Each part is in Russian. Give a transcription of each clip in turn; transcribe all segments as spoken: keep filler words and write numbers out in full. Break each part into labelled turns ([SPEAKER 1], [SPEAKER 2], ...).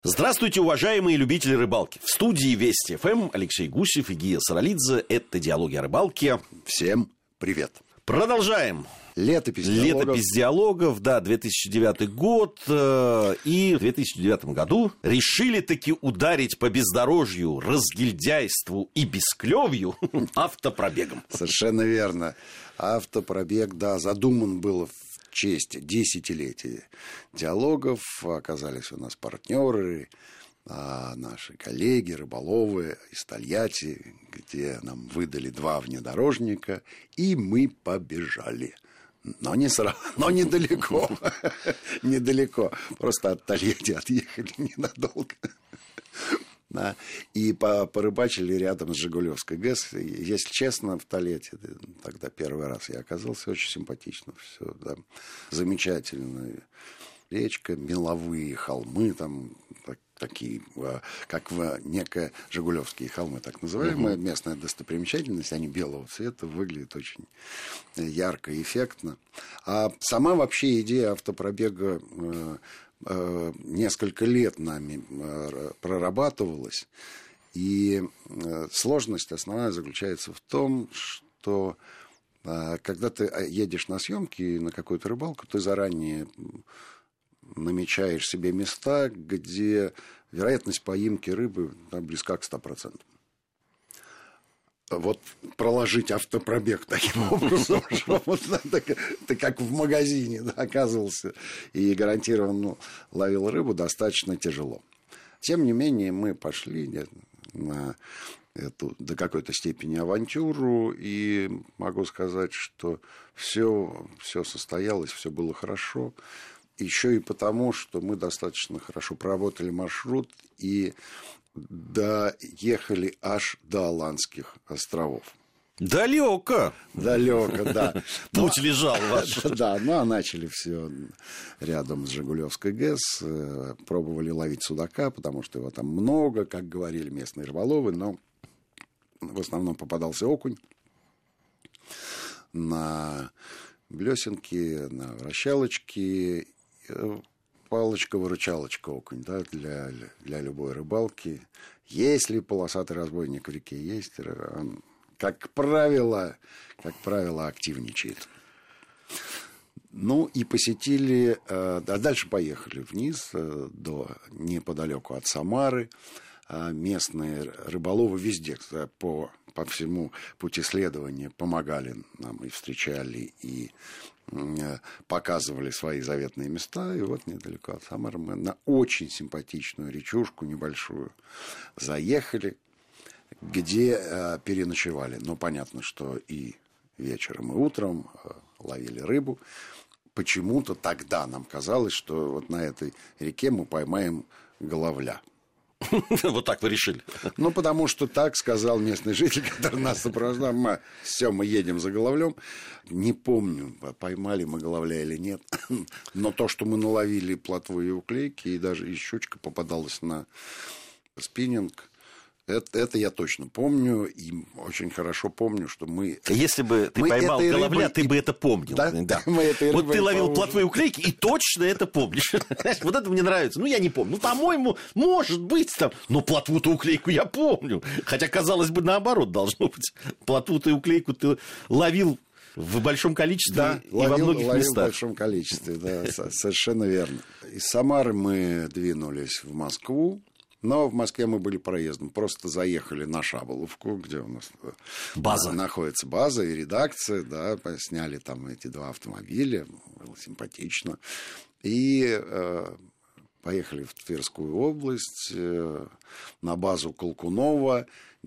[SPEAKER 1] Здравствуйте, уважаемые любители рыбалки. В студии Вести эф эм Алексей Гусев и Гия Саралидзе. Это «Диалоги о рыбалке».
[SPEAKER 2] Всем привет.
[SPEAKER 1] Продолжаем.
[SPEAKER 2] Летопись диалогов.
[SPEAKER 1] Летопись диалогов, да, две тысячи девятый год. Э, и в две тысячи девятом году решили таки ударить по бездорожью, разгильдяйству и бесклёвью автопробегом.
[SPEAKER 2] Совершенно верно. Автопробег, да, задуман был в честь десятилетия диалогов. Оказались у нас партнеры, наши коллеги, рыболовы из Тольятти, где нам выдали два внедорожника, и мы побежали. Но не сразу, но недалеко. Недалеко. Просто от Тольятти отъехали ненадолго. Да. И порыбачили рядом с Жигулевской ГЭС. Если честно, в Тольятти тогда первый раз я оказался, очень симпатично все, да. Замечательная речка, меловые холмы, там так, такие, как в некое Жигулевские холмы, так называемая угу. местная достопримечательность, они белого цвета, выглядят очень ярко и эффектно. А сама вообще идея автопробега несколько лет нами прорабатывалась. И сложность основная заключается в том, что когда ты едешь на съемки на какую-то рыбалку, ты заранее намечаешь себе места, где вероятность поимки рыбы там, близка к ста процентам. Вот проложить автопробег таким образом, что вот ты как в магазине да, оказывался и гарантированно ну, ловил рыбу, достаточно тяжело. Тем не менее, мы пошли на эту до какой-то степени авантюру, и могу сказать, что все, все состоялось, все было хорошо. Еще и потому, что мы достаточно хорошо проработали маршрут и доехали аж до Аландских островов.
[SPEAKER 1] Далеко.
[SPEAKER 2] Далеко, да.
[SPEAKER 1] Путь лежал ваш.
[SPEAKER 2] Да, ну а начали все рядом с Жигулевской ГЭС. Пробовали ловить судака, потому что его там много, как говорили местные рыболовы, но в основном попадался окунь на блесенки, на вращалочки. Палочка-выручалочка окунь, да, для, для любой рыбалки. Если полосатый разбойник в реке есть, он, как правило, как правило, активничает. Ну, и посетили, а дальше поехали вниз, до, неподалеку от Самары. Местные рыболовы везде по, по всему пути следования помогали нам и встречали, и показывали свои заветные места. И вот недалеко от Самары мы на очень симпатичную речушку небольшую заехали, где э, переночевали. Но понятно, что и вечером, и утром э, ловили рыбу. Почему-то тогда нам казалось, что вот на этой реке мы поймаем головля.
[SPEAKER 1] Вот так вы решили?
[SPEAKER 2] Ну, потому что так сказал местный житель, который нас сопровождал. Мы, все, мы едем за головлем. Не помню, поймали мы головля или нет. Но то, что мы наловили плотвы и уклейки, и даже и щучка попадалась на спиннинг, это, это я точно помню. И очень хорошо помню, что мы...
[SPEAKER 1] Если бы ты поймал головля, ты бы это помнил.
[SPEAKER 2] Да, да. Мы этой
[SPEAKER 1] вот ты ловил плотвы и уклейки, и точно это помнишь. Вот это мне нравится. Ну, я не помню. Ну, по-моему, может быть там. Но плотву-то уклейку я помню. Хотя, казалось бы, наоборот должно быть. Плотву-то и уклейку ты ловил в большом количестве
[SPEAKER 2] да,
[SPEAKER 1] и
[SPEAKER 2] ловил,
[SPEAKER 1] во многих
[SPEAKER 2] ловил
[SPEAKER 1] местах.
[SPEAKER 2] в большом количестве, да, совершенно верно. Из Самары мы двинулись в Москву. Но в Москве мы были проездом. Просто заехали на Шаболовку, где у нас
[SPEAKER 1] база.
[SPEAKER 2] находится база и редакция. Да, сняли там эти два автомобиля. Было симпатично. И э, поехали в Тверскую область, э, на базу Колкунова,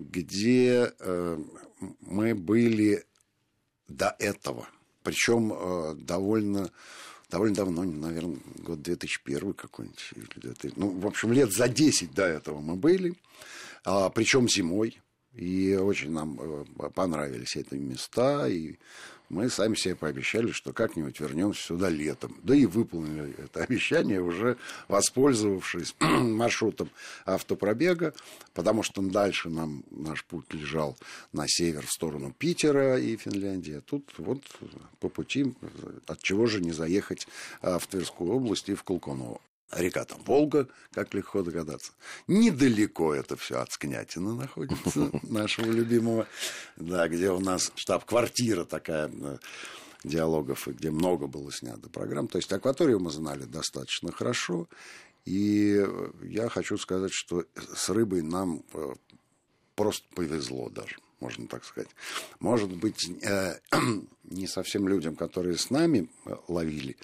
[SPEAKER 2] где э, мы были до этого. Причем э, довольно... Довольно давно, наверное, год две тысячи первый какой-нибудь. Ну, в общем, лет за десять до этого мы были. А, причем зимой. И очень нам понравились эти места. И мы сами себе пообещали, что как-нибудь вернемся сюда летом. Да и выполнили это обещание, уже воспользовавшись маршрутом автопробега, потому что дальше нам наш путь лежал на север, в сторону Питера и Финляндии. А тут вот по пути, от чего же не заехать в Тверскую область и в Колкуново. Река там Волга, как легко догадаться. Недалеко это все от Скнятина находится, нашего любимого, да, где у нас штаб-квартира такая диалогов, и где много было снято программ. То есть акваторию мы знали достаточно хорошо. И я хочу сказать, что с рыбой нам просто повезло даже, можно так сказать. Может быть, не совсем людям, которые с нами ловили,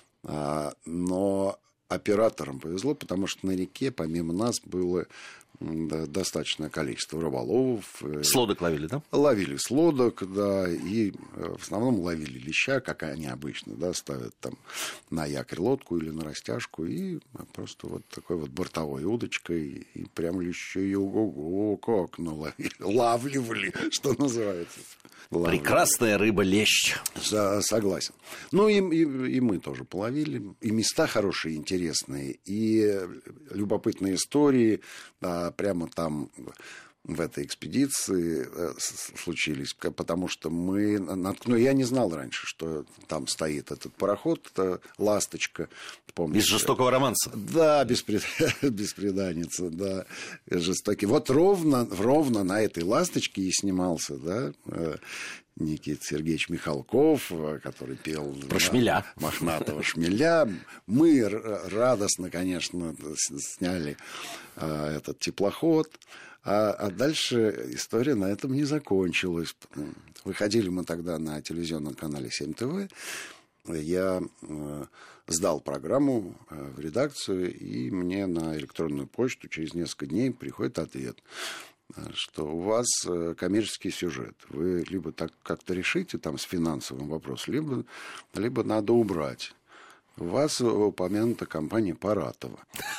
[SPEAKER 2] но операторам повезло, потому что на реке помимо нас было достаточное количество рыболовов.
[SPEAKER 1] С лодок ловили, да?
[SPEAKER 2] Ловили с лодок, да, и в основном ловили леща, как они обычно, да, ставят там на якорь лодку или на растяжку, и просто вот такой вот бортовой удочкой, и прям лещей, ого-го, как наловили, лавливали, что называется. Лавливали.
[SPEAKER 1] Прекрасная рыба-лещ.
[SPEAKER 2] Согласен. Ну, и, и, и мы тоже половили, и места хорошие, интересные, и любопытные истории, да, прямо там в этой экспедиции случились, потому что мы... Ну, я не знал раньше, что там стоит этот пароход, «Ласточка». Помнишь?
[SPEAKER 1] Из «Жестокого романса».
[SPEAKER 2] Да, беспред... беспреданница, да, жестокий. Вот ровно, ровно на этой «Ласточке» и снимался, да, Никита Сергеевич Михалков, который пел
[SPEAKER 1] про шмеля.
[SPEAKER 2] Мохнатого шмеля. Мы радостно, конечно, сняли а, этот теплоход. А, а дальше история на этом не закончилась. Выходили мы тогда на телевизионном канале семь ТВ. Я э, сдал программу э, в редакцию, и мне на электронную почту через несколько дней приходит ответ, что у вас коммерческий сюжет. Вы либо так как-то решите там с финансовым вопросом, либо, либо надо убрать. У вас упомянута компания Паратова.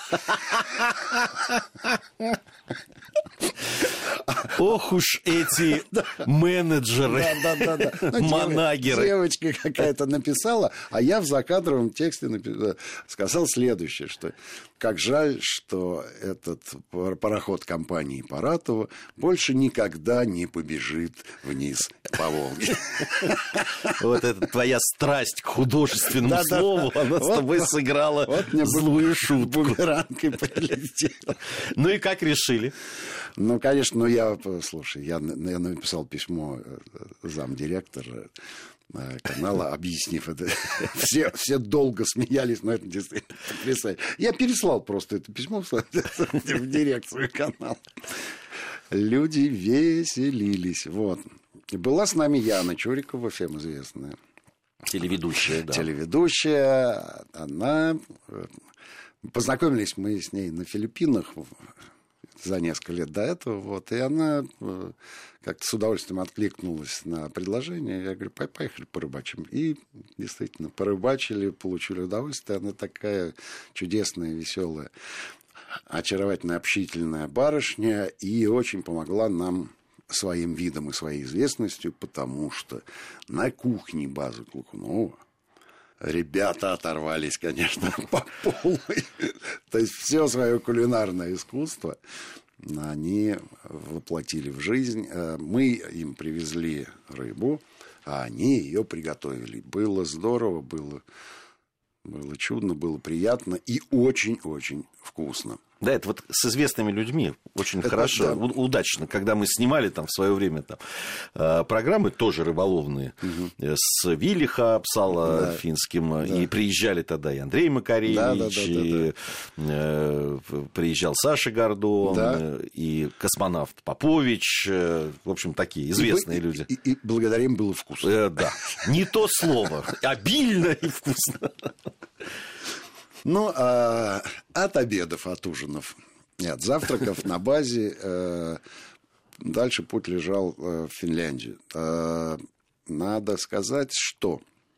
[SPEAKER 1] Ох уж эти менеджеры, манагеры.
[SPEAKER 2] Девочка какая-то написала, а я в закадровом тексте сказал следующее, что как жаль, что этот пароход компании Паратова больше никогда не побежит вниз по Волге.
[SPEAKER 1] Вот это твоя страсть к художественному слову, она с тобой сыграла злую шутку.
[SPEAKER 2] Бумеранкой прилетела.
[SPEAKER 1] Ну и как решили?
[SPEAKER 2] Ну, конечно, ну я, слушай, я, я написал письмо замдиректора канала, объяснив это. Все, все долго смеялись, но это действительно потрясающе. Я переслал просто это письмо в дирекцию канала. Люди веселились. Вот. И была с нами Яна Чурикова, всем известная.
[SPEAKER 1] Телеведущая, да.
[SPEAKER 2] Телеведущая. Она... Познакомились мы с ней на Филиппинах за несколько лет до этого, вот, и она как-то с удовольствием откликнулась на предложение. Я говорю, поехали порыбачим. И действительно, порыбачили, получили удовольствие. Она такая чудесная, веселая, очаровательная, общительная барышня, и очень помогла нам своим видом и своей известностью, потому что на кухне базы Клокунова ребята оторвались, конечно, по полной. То есть все свое кулинарное искусство они воплотили в жизнь. Мы им привезли рыбу, а они ее приготовили. Было здорово, было, было чудно, было приятно и очень-очень вкусно.
[SPEAKER 1] Да, это вот с известными людьми очень это, хорошо, да. удачно, когда мы снимали там в свое время там, программы, тоже рыболовные, угу. с Вилли Хаапсала, да. финским, да. и приезжали тогда и Андрей Макаревич, да, да, да, и да, да. приезжал Саша Гордон, да. и космонавт Попович, в общем, такие известные
[SPEAKER 2] и,
[SPEAKER 1] люди.
[SPEAKER 2] И, и, и благодаря им было вкусно.
[SPEAKER 1] Э, да, не то слово, обильно и вкусно.
[SPEAKER 2] Ну, а от обедов, от ужинов и от завтраков на базе э, дальше путь лежал э, в Финляндию. Э, надо сказать, что,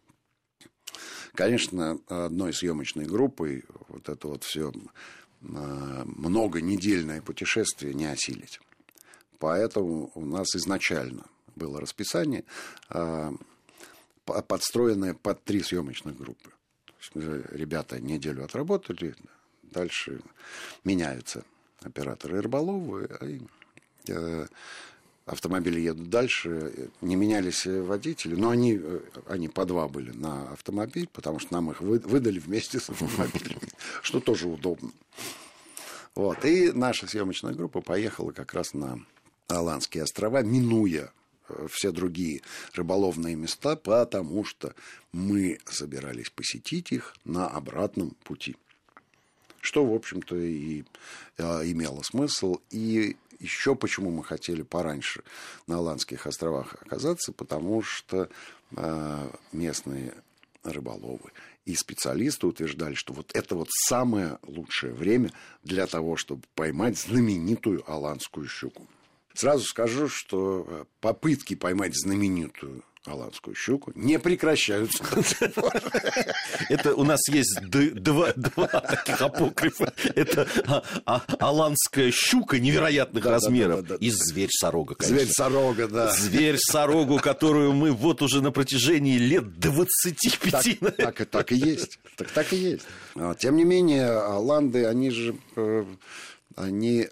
[SPEAKER 2] конечно, одной съемочной группой вот это вот все э, многонедельное путешествие не осилить. Поэтому у нас изначально было расписание, э, подстроенное под три съемочных группы. Ребята неделю отработали, дальше меняются операторы рыболовы, и, э, автомобили едут дальше, не менялись водители, но они, они по два были на автомобиль, потому что нам их выдали вместе с автомобилями, что тоже удобно. Вот. И наша съемочная группа поехала как раз на Аландские острова, минуя все другие рыболовные места, потому что мы собирались посетить их на обратном пути. Что, в общем-то, и имело смысл. И еще почему мы хотели пораньше на Аландских островах оказаться, потому что э, местные рыболовы и специалисты утверждали, что вот это вот самое лучшее время для того, чтобы поймать знаменитую аландскую щуку. Сразу скажу, что попытки поймать знаменитую аландскую щуку не прекращаются.
[SPEAKER 1] Это у нас есть два таких апокрифа. Это аландская щука невероятных размеров и зверь-сорога, конечно.
[SPEAKER 2] Зверь-сорога, да.
[SPEAKER 1] Зверь-сорогу, которую мы вот уже на протяжении лет двадцати пяти...
[SPEAKER 2] Так и есть. Так и есть. Тем не менее, аланды, они же... Они...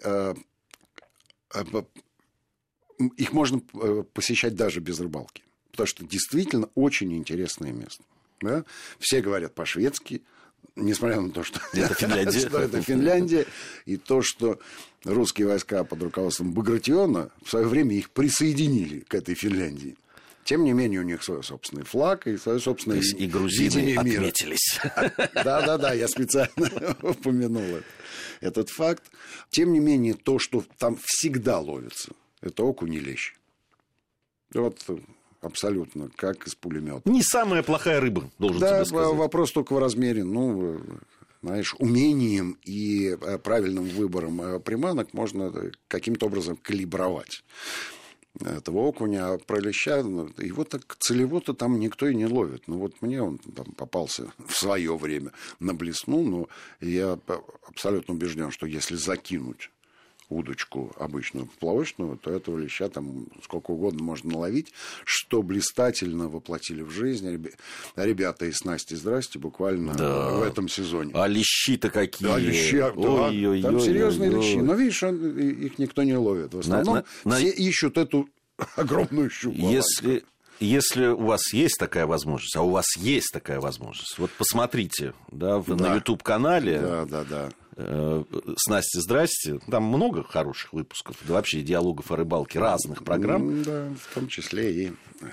[SPEAKER 2] Их можно посещать даже без рыбалки. Потому что действительно очень интересное место. Да? Все говорят по-шведски, несмотря на то, что это Финляндия. что это Финляндия, и то, что русские войска под руководством Багратиона в свое время их присоединили к этой Финляндии. Тем не менее, у них свой собственный флаг и свое собственное
[SPEAKER 1] видение мира. И грузины отметились.
[SPEAKER 2] Да-да-да, я специально упомянул этот факт. Тем не менее, то, что там всегда ловится, это окунь и лещ. Вот... Абсолютно, как из пулемета.
[SPEAKER 1] Не самая плохая рыба, должен
[SPEAKER 2] да,
[SPEAKER 1] тебе сказать.
[SPEAKER 2] Да, вопрос только в размере. Ну, знаешь, умением и правильным выбором приманок можно каким-то образом калибровать этого окуня. А про леща, его так целево-то там никто и не ловит. Ну, вот мне он там попался в свое время на блесну, но я абсолютно убежден, что если закинуть удочку обычную плавочную, то этого леща там сколько угодно можно наловить, что блистательно воплотили в жизнь ребята из «Насти, здрасте» буквально да. в этом сезоне.
[SPEAKER 1] А лещи-то какие!
[SPEAKER 2] А лещи, да, ой, там ой, серьезные ой, лещи. Ой. Но видишь, он, их никто не ловит. В основном на, на, все на... ищут эту огромную щуку.
[SPEAKER 1] Если... Если у вас есть такая возможность, а у вас есть такая возможность, вот посмотрите, да, в, да. на YouTube-канале
[SPEAKER 2] да, да, да.
[SPEAKER 1] Э, с Настей здрасте, там много хороших выпусков, да вообще диалогов о рыбалке, разных программ.
[SPEAKER 2] Да, в том числе и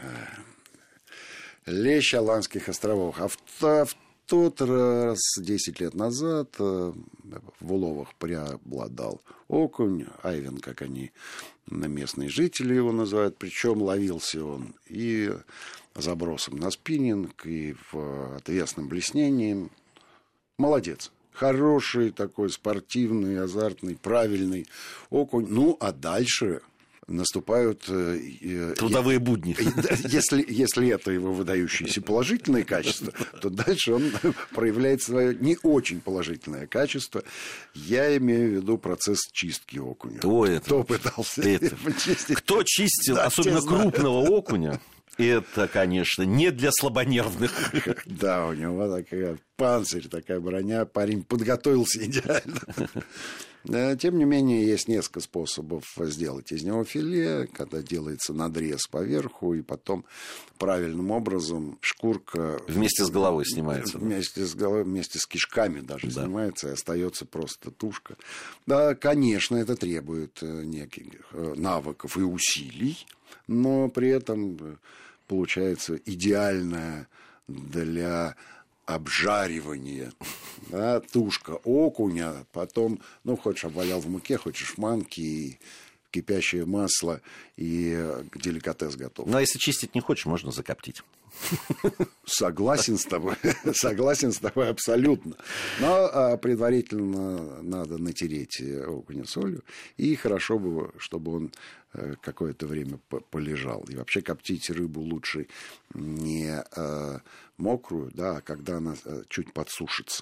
[SPEAKER 2] лещ Аландских островов. А в, в тот раз, десять лет назад, в уловах преобладал окунь, айвен, как они... местные жители его называют, причем ловился он и забросом на спиннинг, и в отвесным блеснением. Молодец. Хороший такой спортивный, азартный, правильный окунь. Ну, а дальше наступают...
[SPEAKER 1] трудовые будни.
[SPEAKER 2] Если, если это его выдающиеся положительные качества, то дальше он проявляет свое не очень положительное качество. Я имею в виду процесс чистки окуня.
[SPEAKER 1] Кто это?
[SPEAKER 2] Кто пытался
[SPEAKER 1] это? почистить? Кто чистил, да, особенно крупного окуня? Это, конечно, не для слабонервных.
[SPEAKER 2] Да, у него такая панцирь, такая броня. Парень подготовился идеально. Тем не менее, есть несколько способов сделать из него филе, когда делается надрез поверху, и потом правильным образом шкурка...
[SPEAKER 1] Вместе с головой снимается.
[SPEAKER 2] Вместе с головой, вместе с кишками даже да. снимается, и остается просто тушка. Да, конечно, это требует неких навыков и усилий, но при этом получается идеальная для... обжаривание, да, тушка окуня, потом, ну, хочешь обвалял в муке, хочешь в манке, и кипящее масло, и деликатес готов.
[SPEAKER 1] Ну, а если чистить не хочешь, можно закоптить.
[SPEAKER 2] Согласен с тобой, согласен с тобой абсолютно. Но предварительно надо натереть окуня солью, и хорошо бы, чтобы он какое-то время полежал. И вообще коптить рыбу лучше не мокрую, да, а когда она чуть подсушится.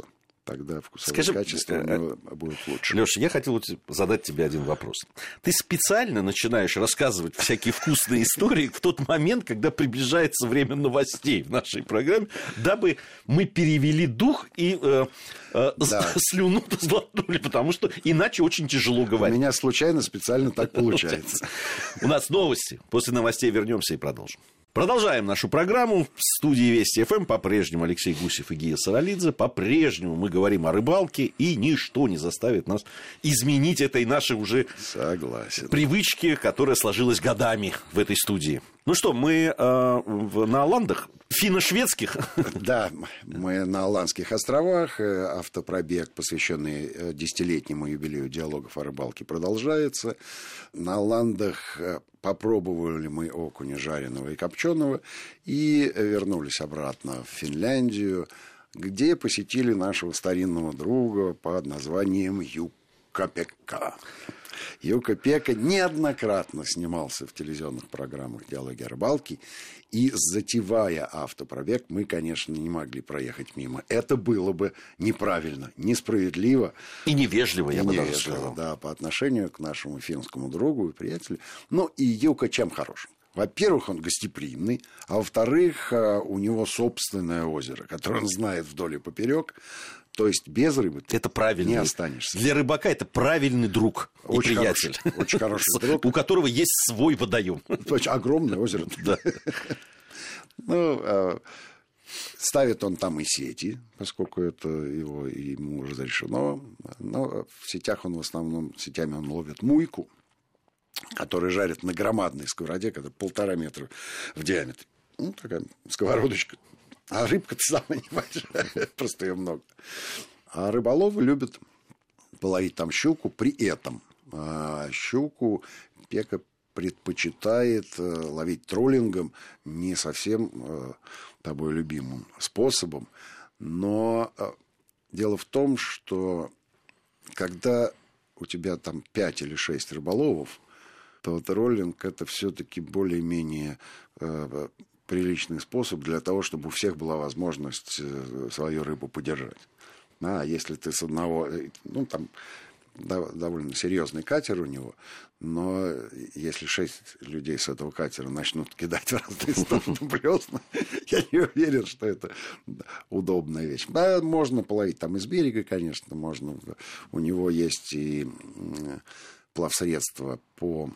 [SPEAKER 2] тогда вкусовое
[SPEAKER 1] Скажи,
[SPEAKER 2] качество
[SPEAKER 1] э,
[SPEAKER 2] будет лучше.
[SPEAKER 1] Леша, я хотел задать тебе один вопрос. Ты специально начинаешь рассказывать всякие вкусные истории в тот момент, когда приближается время новостей в нашей программе, дабы мы перевели дух и э, э, да. слюну сглотнули, потому что иначе очень тяжело говорить.
[SPEAKER 2] У меня случайно специально так получается.
[SPEAKER 1] У нас новости. После новостей вернемся и продолжим. Продолжаем нашу программу. В студии Вести ФМ по-прежнему Алексей Гусев и Гия Саралидзе. По-прежнему мы говорим о рыбалке, и ничто не заставит нас изменить этой нашей уже
[SPEAKER 2] Согласен.
[SPEAKER 1] привычки, которая сложилась годами в этой студии. Ну что, мы э, на Оландах, финно-шведских?
[SPEAKER 2] Да, мы на Оландских островах. Автопробег, посвященный десятилетнему юбилею диалогов о рыбалке, продолжается. На Оландах попробовали мы окуня жареного и копченого и вернулись обратно в Финляндию, где посетили нашего старинного друга под названием Юкка-Пекка. Юкка-Пекка неоднократно снимался в телевизионных программах «Диалоги о рыбалке», и, затевая автопробег, мы, конечно, не могли проехать мимо. Это было бы неправильно, несправедливо.
[SPEAKER 1] И невежливо, я
[SPEAKER 2] и
[SPEAKER 1] бы
[SPEAKER 2] невежливо,
[SPEAKER 1] даже сказал.
[SPEAKER 2] Да, по отношению к нашему финскому другу и приятелю. Ну, и Юкка чем хорош? Во-первых, он гостеприимный, а во-вторых, у него собственное озеро, которое он знает вдоль и поперек. То есть без рыбы ты
[SPEAKER 1] это правильный,
[SPEAKER 2] не останешься.
[SPEAKER 1] Для рыбака это правильный друг и
[SPEAKER 2] очень
[SPEAKER 1] приятель.
[SPEAKER 2] Хороший, очень хороший друг.
[SPEAKER 1] У которого есть свой водоем.
[SPEAKER 2] Огромное озеро. Да. Ну, ставит он там и сети, поскольку это его, ему разрешено. Но в сетях он в основном, сетями он ловит муйку, которая жарит на громадной сковороде, которая полтора метра в диаметре. Ну, такая сковородочка. А рыбка-то самая небольшая, просто ее много. А рыболовы любят половить там щуку при этом. А щуку Пека предпочитает ловить троллингом, не совсем тобой любимым способом. Но дело в том, что когда у тебя там пять или шесть рыболовов, то троллинг это все-таки более-менее приличный способ для того, чтобы у всех была возможность свою рыбу подержать. А если ты с одного... Ну, там довольно серьезный катер у него, но если шесть людей с этого катера начнут кидать в разные стороны блесна, я не уверен, что это удобная вещь. Да, можно половить там из берега, конечно, можно. У него есть и плавсредства по...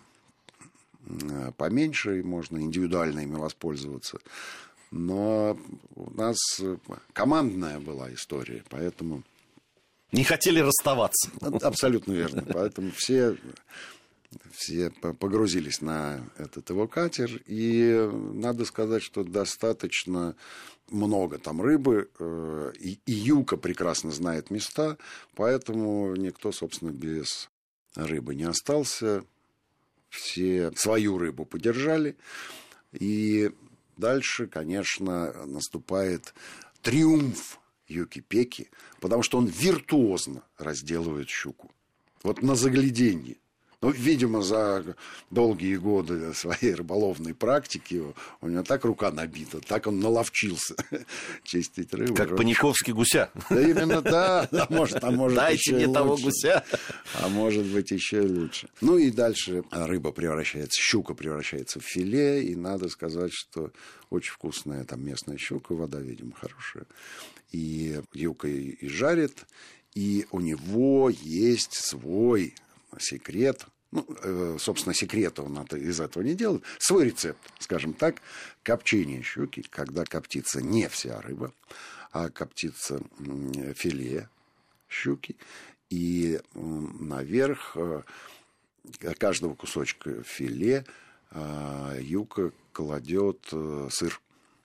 [SPEAKER 2] поменьше, можно индивидуально ими воспользоваться. Но у нас командная была история, поэтому...
[SPEAKER 1] Не хотели расставаться.
[SPEAKER 2] Абсолютно верно. Поэтому все, все погрузились на этот его катер. И надо сказать, что достаточно много там рыбы. И, и Юкка прекрасно знает места, поэтому никто, собственно, без рыбы не остался. Все свою рыбу подержали. И дальше, конечно, наступает триумф Юкки-Пекки, потому что он виртуозно разделывает щуку. Вот на загляденье. Ну, видимо, за долгие годы своей рыболовной практики у него так рука набита, так он наловчился чистить рыбу.
[SPEAKER 1] Как Паниковский гуся.
[SPEAKER 2] Да именно, да. А может, а может
[SPEAKER 1] Дайте мне того гуся.
[SPEAKER 2] А может быть, еще и лучше. Ну и дальше рыба превращается, щука превращается в филе. И надо сказать, что очень вкусная там местная щука, вода, видимо, хорошая. И Юкка и жарит. И у него есть свой секрет. Ну, э, собственно, секрета он из этого не делает. Свой рецепт, скажем так, копчение щуки, когда коптится не вся рыба, а коптится э, филе щуки. И э, наверх э, каждого кусочка филе э, Юкка кладет э, сыр.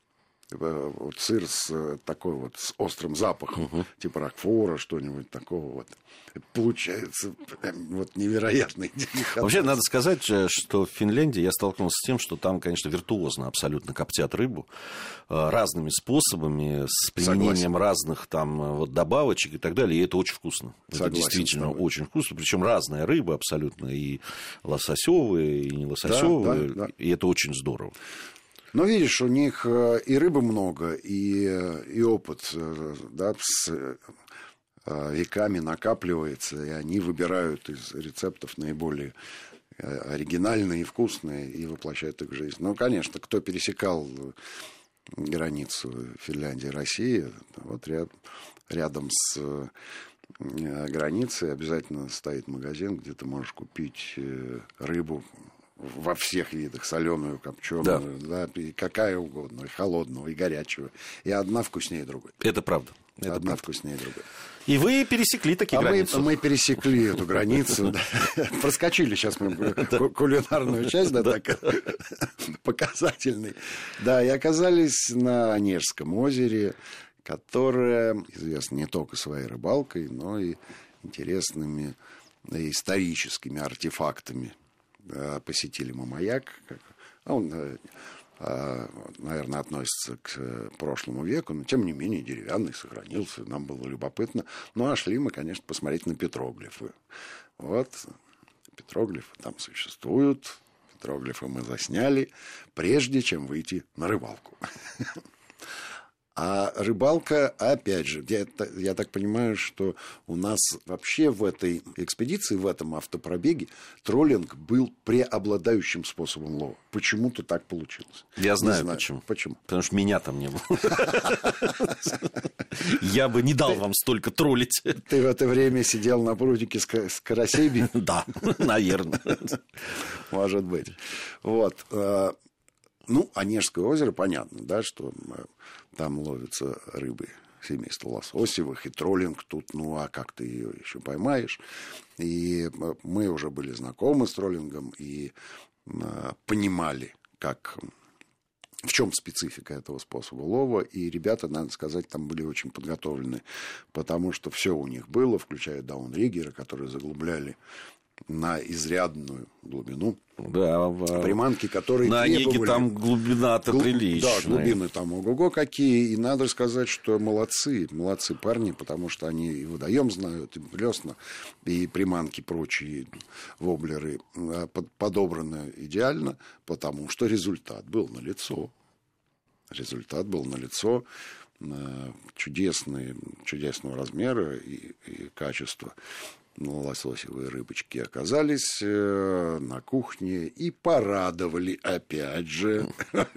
[SPEAKER 2] Вот сыр с такой вот с острым запахом, uh-huh. типа рокфора, что-нибудь такого вот. Получается вот невероятный деликатес.
[SPEAKER 1] Вообще, надо сказать, что в Финляндии я столкнулся с тем, что там, конечно, виртуозно абсолютно коптят рыбу разными способами, с применением Согласен. разных там вот добавочек и так далее, и это очень вкусно. Согласен, это действительно очень вкусно, причем разная рыба абсолютно, и лососевые, и не лососевые, да, да, да. И это очень здорово.
[SPEAKER 2] Но видишь, у них и рыбы много, и, и опыт, да, с веками накапливается, и они выбирают из рецептов наиболее оригинальные и вкусные и воплощают их в жизнь. Ну, конечно, кто пересекал границу Финляндии и России, вот ряд, рядом с границей обязательно стоит магазин, где ты можешь купить рыбу во всех видах, соленую, копченую, да. Да, и какая угодно, и холодную, и горячую. И одна вкуснее другой.
[SPEAKER 1] Это правда. Это
[SPEAKER 2] одна
[SPEAKER 1] правда.
[SPEAKER 2] Вкуснее другой.
[SPEAKER 1] И вы пересекли такие
[SPEAKER 2] а
[SPEAKER 1] границы.
[SPEAKER 2] Мы, мы пересекли эту границу. Проскочили сейчас мы кулинарную часть, да, так показательный. Да, и оказались на Онежском озере, которое известно не только своей рыбалкой, но и интересными историческими артефактами. Посетили мы маяк. Он, наверное, относится к прошлому веку, но, тем не менее, деревянный, сохранился. Нам было любопытно. Ну, а шли мы, конечно, посмотреть на петроглифы. Вот, петроглифы там существуют. Петроглифы мы засняли, прежде чем выйти на рыбалку. А рыбалка, опять же, я, я так понимаю, что у нас вообще в этой экспедиции, в этом автопробеге троллинг был преобладающим способом лова. Почему-то так получилось.
[SPEAKER 1] Я знаю,
[SPEAKER 2] знаю
[SPEAKER 1] почему.
[SPEAKER 2] Почему?
[SPEAKER 1] Потому что меня там не было. Я бы не дал вам столько троллить.
[SPEAKER 2] Ты в это время сидел на прудике с карасями?
[SPEAKER 1] Да, наверное.
[SPEAKER 2] Может быть. Вот. Ну, Онежское озеро, понятно, да, что там ловятся рыбы семейства лососевых, и троллинг тут, ну, а как ты ее еще поймаешь? И мы уже были знакомы с троллингом и понимали, как, в чем специфика этого способа лова, и ребята, надо сказать, там были очень подготовлены, потому что все у них было, включая даунриггеры, которые заглубляли на изрядную глубину.
[SPEAKER 1] Да, в...
[SPEAKER 2] приманки, которые
[SPEAKER 1] на
[SPEAKER 2] требовали...
[SPEAKER 1] Онеге там глубина-то
[SPEAKER 2] Гл...
[SPEAKER 1] приличная.
[SPEAKER 2] Да, глубины там ого-го какие. И надо сказать, что молодцы, молодцы парни, потому что они и водоем знают, и блесна, и приманки прочие, воблеры подобраны идеально, потому что результат был налицо. Результат был налицо. Чудесный, чудесного размера и, и качества. Ну, лососевые рыбочки оказались э, на кухне и порадовали опять же.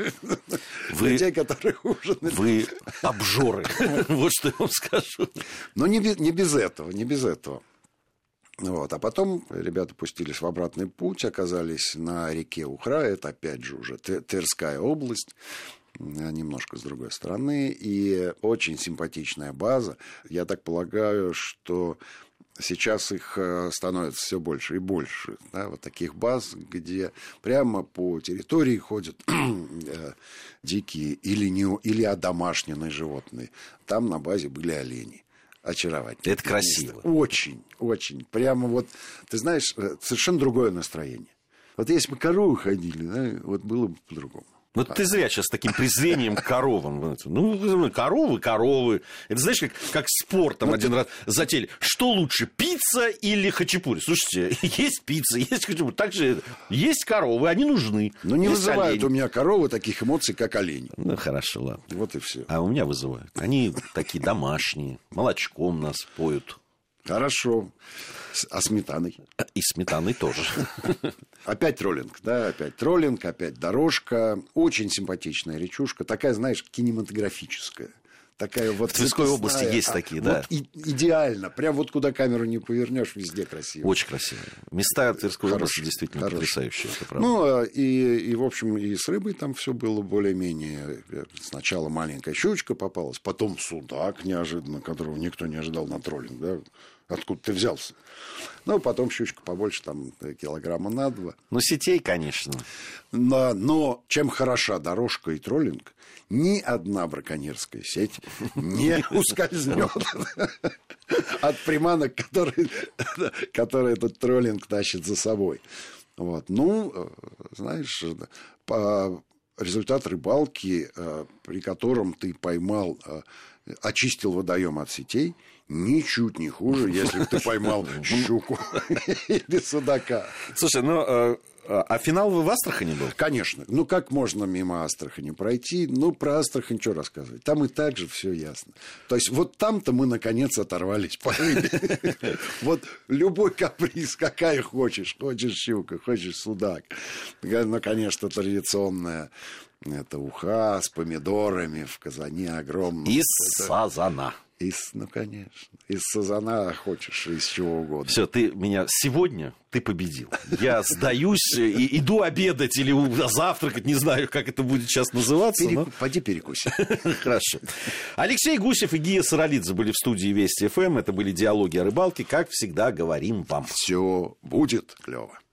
[SPEAKER 1] Вы,
[SPEAKER 2] те, которые ужинали.
[SPEAKER 1] Вы обжоры. Вот что я вам скажу.
[SPEAKER 2] Но не, не без этого, не без этого. Вот. А потом ребята пустились в обратный путь, оказались на реке Ухра. Это опять же уже Тверская область. Немножко с другой стороны. И очень симпатичная база. Я так полагаю, что сейчас их становится все больше и больше. Да, вот таких баз, где прямо по территории ходят дикие или, не, или одомашненные животные. Там на базе были олени. Очаровательно.
[SPEAKER 1] Это красиво.
[SPEAKER 2] Очень, очень. Прямо вот, ты знаешь, совершенно другое настроение. Вот если бы коровы ходили, да, вот было бы по-другому.
[SPEAKER 1] Вот а. Ты зря сейчас с таким презрением к коровам. Ну, коровы, коровы. Это знаешь, как, как спор там ну, один ты... раз затеяли. Что лучше, пицца или хачапури? Слушайте, есть пицца, есть хачапури. Также есть коровы, они нужны.
[SPEAKER 2] Но не
[SPEAKER 1] есть
[SPEAKER 2] вызывают
[SPEAKER 1] олени.
[SPEAKER 2] У меня коровы таких эмоций, как олени.
[SPEAKER 1] Ну, хорошо, ладно.
[SPEAKER 2] Вот и все.
[SPEAKER 1] А у меня вызывают. Они такие домашние, молочком нас поют.
[SPEAKER 2] Хорошо. А сметаной?
[SPEAKER 1] И сметаной тоже.
[SPEAKER 2] Опять троллинг, да, опять троллинг, опять дорожка. Очень симпатичная речушка. Такая, знаешь, кинематографическая. Такая вот...
[SPEAKER 1] В Тверской области есть а, такие, да.
[SPEAKER 2] Вот и, идеально. Прям вот куда камеру не повернешь, везде красиво.
[SPEAKER 1] Очень красиво. Места Тверской Хороший, области действительно хороший. Потрясающие. Это правда.
[SPEAKER 2] Ну, и, и, в общем, и с рыбой там все было более-менее. Сначала маленькая щучка попалась, потом судак неожиданно, которого никто не ожидал на троллинг, да. Откуда ты взялся? Ну, потом щучка побольше, там, килограмма на два.
[SPEAKER 1] Ну, сетей, конечно.
[SPEAKER 2] Но, но чем хороша дорожка и троллинг, ни одна браконьерская сеть не ускользнет от приманок, которые, которые этот троллинг тащит за собой. Вот. Ну, знаешь, результат рыбалки, при котором ты поймал, очистил водоем от сетей, Ничуть не хуже, если ты поймал щуку или судака.
[SPEAKER 1] Слушай, ну... А финал вы в Астрахани был?
[SPEAKER 2] Конечно. Ну, как можно мимо Астрахани пройти? Ну, про Астрахань что рассказывать? Там и так же все ясно. То есть, вот там-то мы, наконец, оторвались по рыбе. Вот любой каприз, какая хочешь. Хочешь щука, хочешь судак. Ну, конечно, традиционная. Это уха с помидорами в казане огромном.
[SPEAKER 1] Из сазана.
[SPEAKER 2] Из, ну, конечно. Из сазана хочешь, из чего угодно.
[SPEAKER 1] Все, ты меня сегодня, ты победил. Я сдаюсь и иду обедать или завтракать, не знаю, как это будет сейчас называться.
[SPEAKER 2] Переку...
[SPEAKER 1] Но...
[SPEAKER 2] Пойди перекуси.
[SPEAKER 1] Хорошо. Алексей Гусев и Гия Саралидзе были в студии Вести эф эм. Это были диалоги о рыбалке. Как всегда, говорим вам.
[SPEAKER 2] Все будет клево.